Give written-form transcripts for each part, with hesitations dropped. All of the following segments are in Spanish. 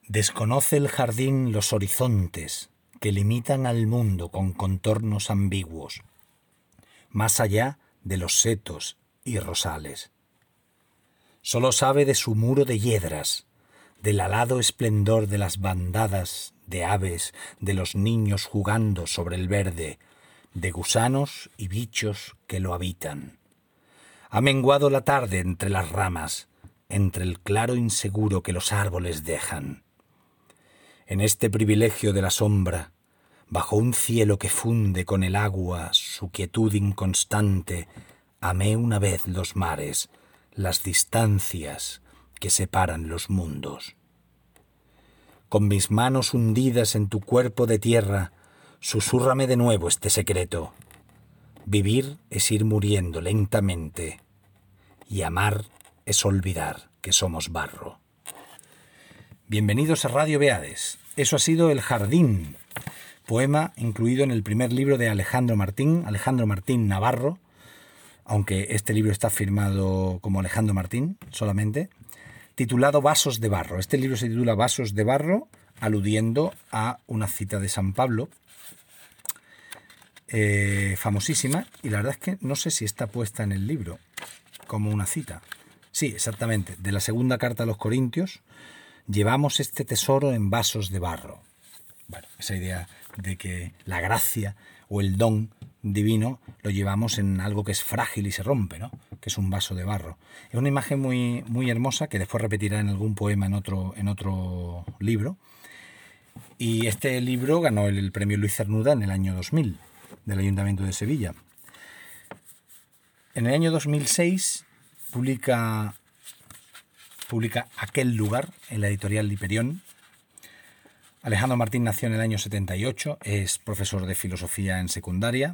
Desconoce el jardín los horizontes que limitan al mundo con contornos ambiguos, más allá de los setos y rosales. Solo sabe de su muro de hiedras, del alado esplendor de las bandadas de aves, de los niños jugando sobre el verde, de gusanos y bichos que lo habitan. Ha menguado la tarde entre las ramas, entre el claro inseguro que los árboles dejan. En este privilegio de la sombra, bajo un cielo que funde con el agua su quietud inconstante, amé una vez los mares, las distancias que separan los mundos. Con mis manos hundidas en tu cuerpo de tierra, susúrrame de nuevo este secreto. Vivir es ir muriendo lentamente, y amar es olvidar que somos barro. Bienvenidos a Radio Beades. Eso ha sido El Jardín, poema incluido en el primer libro de Alejandro Martín Navarro, aunque este libro está firmado como Alejandro Martín solamente, titulado Vasos de Barro. Este libro se titula Vasos de Barro, aludiendo a una cita de San Pablo, famosísima, y la verdad es que no sé si está puesta en el libro como una cita. Sí, exactamente, de la segunda carta a los Corintios: llevamos este tesoro en vasos de barro. Bueno, esa idea de que la gracia o el don divino lo llevamos en algo que es frágil y se rompe, ¿no? Que es un vaso de barro. Es una imagen muy, muy hermosa que después repetirá en algún poema en otro libro. Y este libro ganó el premio Luis Cernuda en el año 2000 del Ayuntamiento de Sevilla. En el año 2006 publica Aquel lugar en la editorial Hiperión. Alejandro Martín nació en el año 78, es profesor de filosofía en secundaria.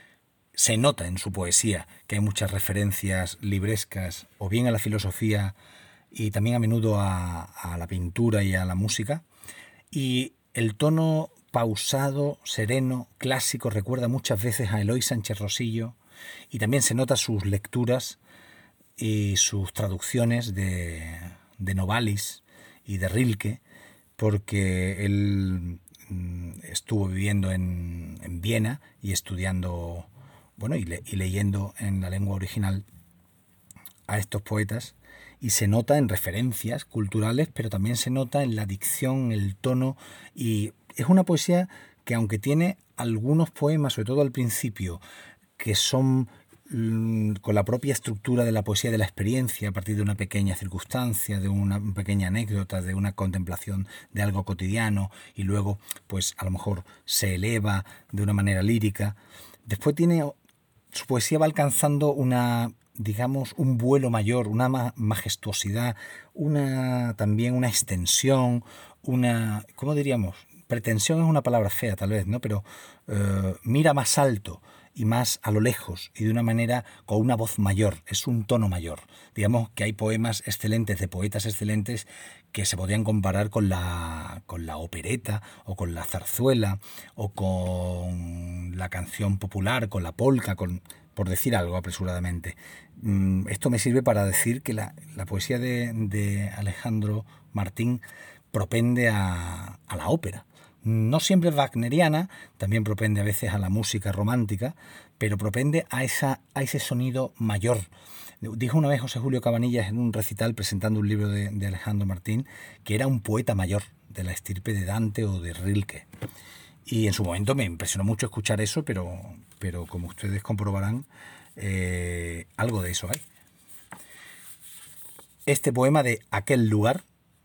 Se nota en su poesía que hay muchas referencias librescas o bien a la filosofía y también a menudo a la pintura y a la música. Y el tono pausado, sereno, clásico recuerda muchas veces a Eloy Sánchez Rosillo, y también se nota sus lecturas y sus traducciones de Novalis y de Rilke, porque él estuvo viviendo en Viena y estudiando, bueno, y leyendo en la lengua original a estos poetas, y se nota en referencias culturales, pero también se nota en la dicción, el tono, y es una poesía que, aunque tiene algunos poemas, sobre todo al principio, que son con la propia estructura de la poesía de la experiencia, a partir de una pequeña circunstancia, de una pequeña anécdota, de una contemplación de algo cotidiano, y luego pues a lo mejor se eleva de una manera lírica. Después su poesía va alcanzando digamos, un vuelo mayor, una majestuosidad, también una extensión, ¿cómo diríamos? Pretensión es una palabra fea tal vez, ¿no? Pero mira más alto y más a lo lejos, y de una manera con una voz mayor, es un tono mayor. Digamos que hay poemas excelentes de poetas excelentes que se podrían comparar con la opereta o con la zarzuela o con la canción popular, con la polca, por decir algo apresuradamente. Esto me sirve para decir que la poesía de Alejandro Martín propende a la ópera. No siempre es wagneriana, también propende a veces a la música romántica, pero propende a ese sonido mayor. Dijo una vez José Julio Cabanillas en un recital presentando un libro de Alejandro Martín que era un poeta mayor, de la estirpe de Dante o de Rilke. Y en su momento me impresionó mucho escuchar eso, pero como ustedes comprobarán, algo de eso hay. Este poema de Aquel lugar,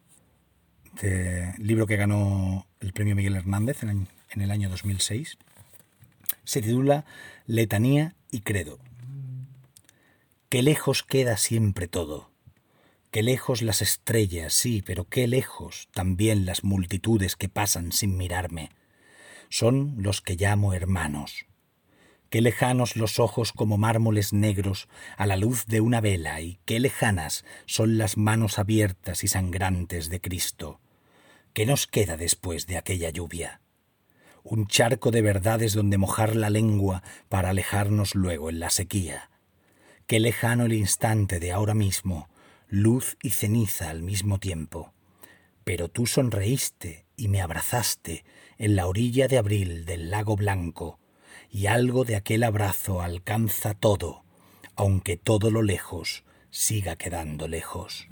libro que ganó el premio Miguel Hernández en el año 2006, se titula Letanía y Credo. Qué lejos queda siempre todo, qué lejos las estrellas, sí, pero qué lejos también las multitudes que pasan sin mirarme. Son los que llamo hermanos. Qué lejanos los ojos como mármoles negros a la luz de una vela, y qué lejanas son las manos abiertas y sangrantes de Cristo. ¿Qué nos queda después de aquella lluvia? Un charco de verdades donde mojar la lengua para alejarnos luego en la sequía. Qué lejano el instante de ahora mismo, luz y ceniza al mismo tiempo. pero tú sonreíste y me abrazaste en la orilla de abril del lago blanco, y algo de aquel abrazo alcanza todo, aunque todo lo lejos siga quedando lejos.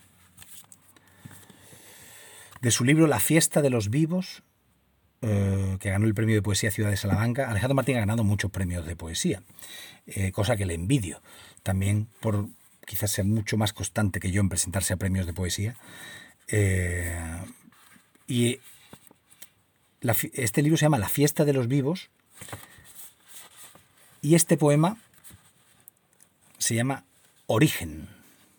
De su libro La fiesta de los vivos, que ganó el premio de poesía Ciudad de Salamanca, Alejandro Martín ha ganado muchos premios de poesía, cosa que le envidio, también por quizás ser mucho más constante que yo en presentarse a premios de poesía. Y este libro se llama La fiesta de los vivos, y este poema se llama Origen.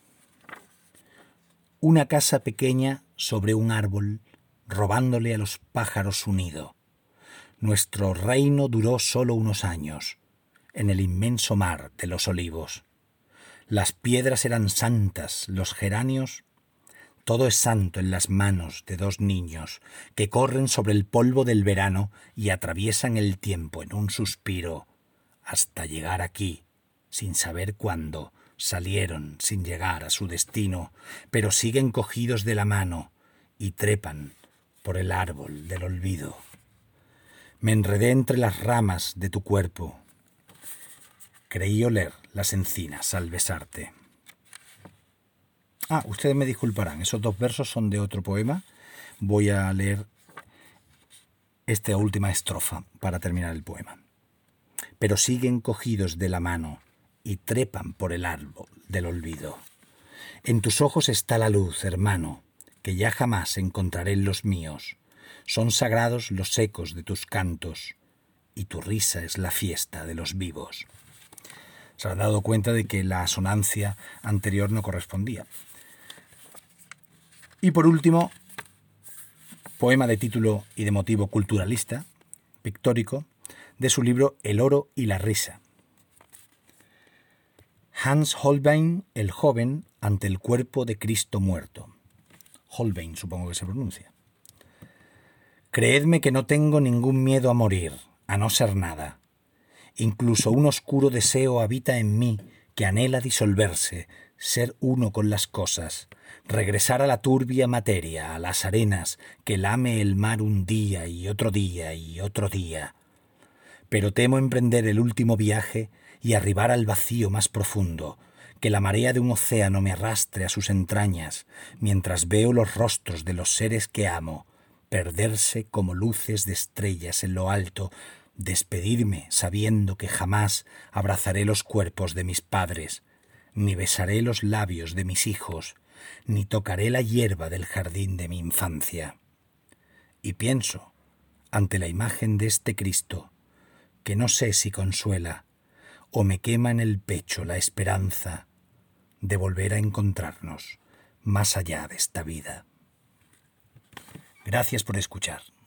Una casa pequeña sobre un árbol, robándole a los pájaros su nido. Nuestro reino duró solo unos años, en el inmenso mar de los olivos. Las piedras eran santas, los geranios. Todo es santo en las manos de dos niños que corren sobre el polvo del verano y atraviesan el tiempo en un suspiro, hasta llegar aquí, sin saber cuándo. Salieron sin llegar a su destino, pero siguen cogidos de la mano y trepan por el árbol del olvido. Me enredé entre las ramas de tu cuerpo. Creí oler las encinas al besarte. Ustedes me disculparán, esos dos versos son de otro poema. Voy a leer esta última estrofa para terminar el poema. Pero siguen cogidos de la mano y trepan por el árbol del olvido. En tus ojos está la luz, hermano, que ya jamás encontraré en los míos. Son sagrados los ecos de tus cantos, y tu risa es la fiesta de los vivos. Se han dado cuenta de que la asonancia anterior no correspondía. Y por último, poema de título y de motivo culturalista, pictórico, de su libro El oro y la risa. Hans Holbein, el joven, ante el cuerpo de Cristo muerto. Holbein, supongo que se pronuncia. Creedme que no tengo ningún miedo a morir, a no ser nada. Incluso un oscuro deseo habita en mí que anhela disolverse, ser uno con las cosas, regresar a la turbia materia, a las arenas que lame el mar un día y otro día y otro día. Pero temo emprender el último viaje y arribar al vacío más profundo, que la marea de un océano me arrastre a sus entrañas, mientras veo los rostros de los seres que amo, perderse como luces de estrellas en lo alto, despedirme sabiendo que jamás abrazaré los cuerpos de mis padres, ni besaré los labios de mis hijos, ni tocaré la hierba del jardín de mi infancia. Y pienso, ante la imagen de este Cristo, que no sé si consuela o me quema en el pecho la esperanza de volver a encontrarnos más allá de esta vida. Gracias por escuchar.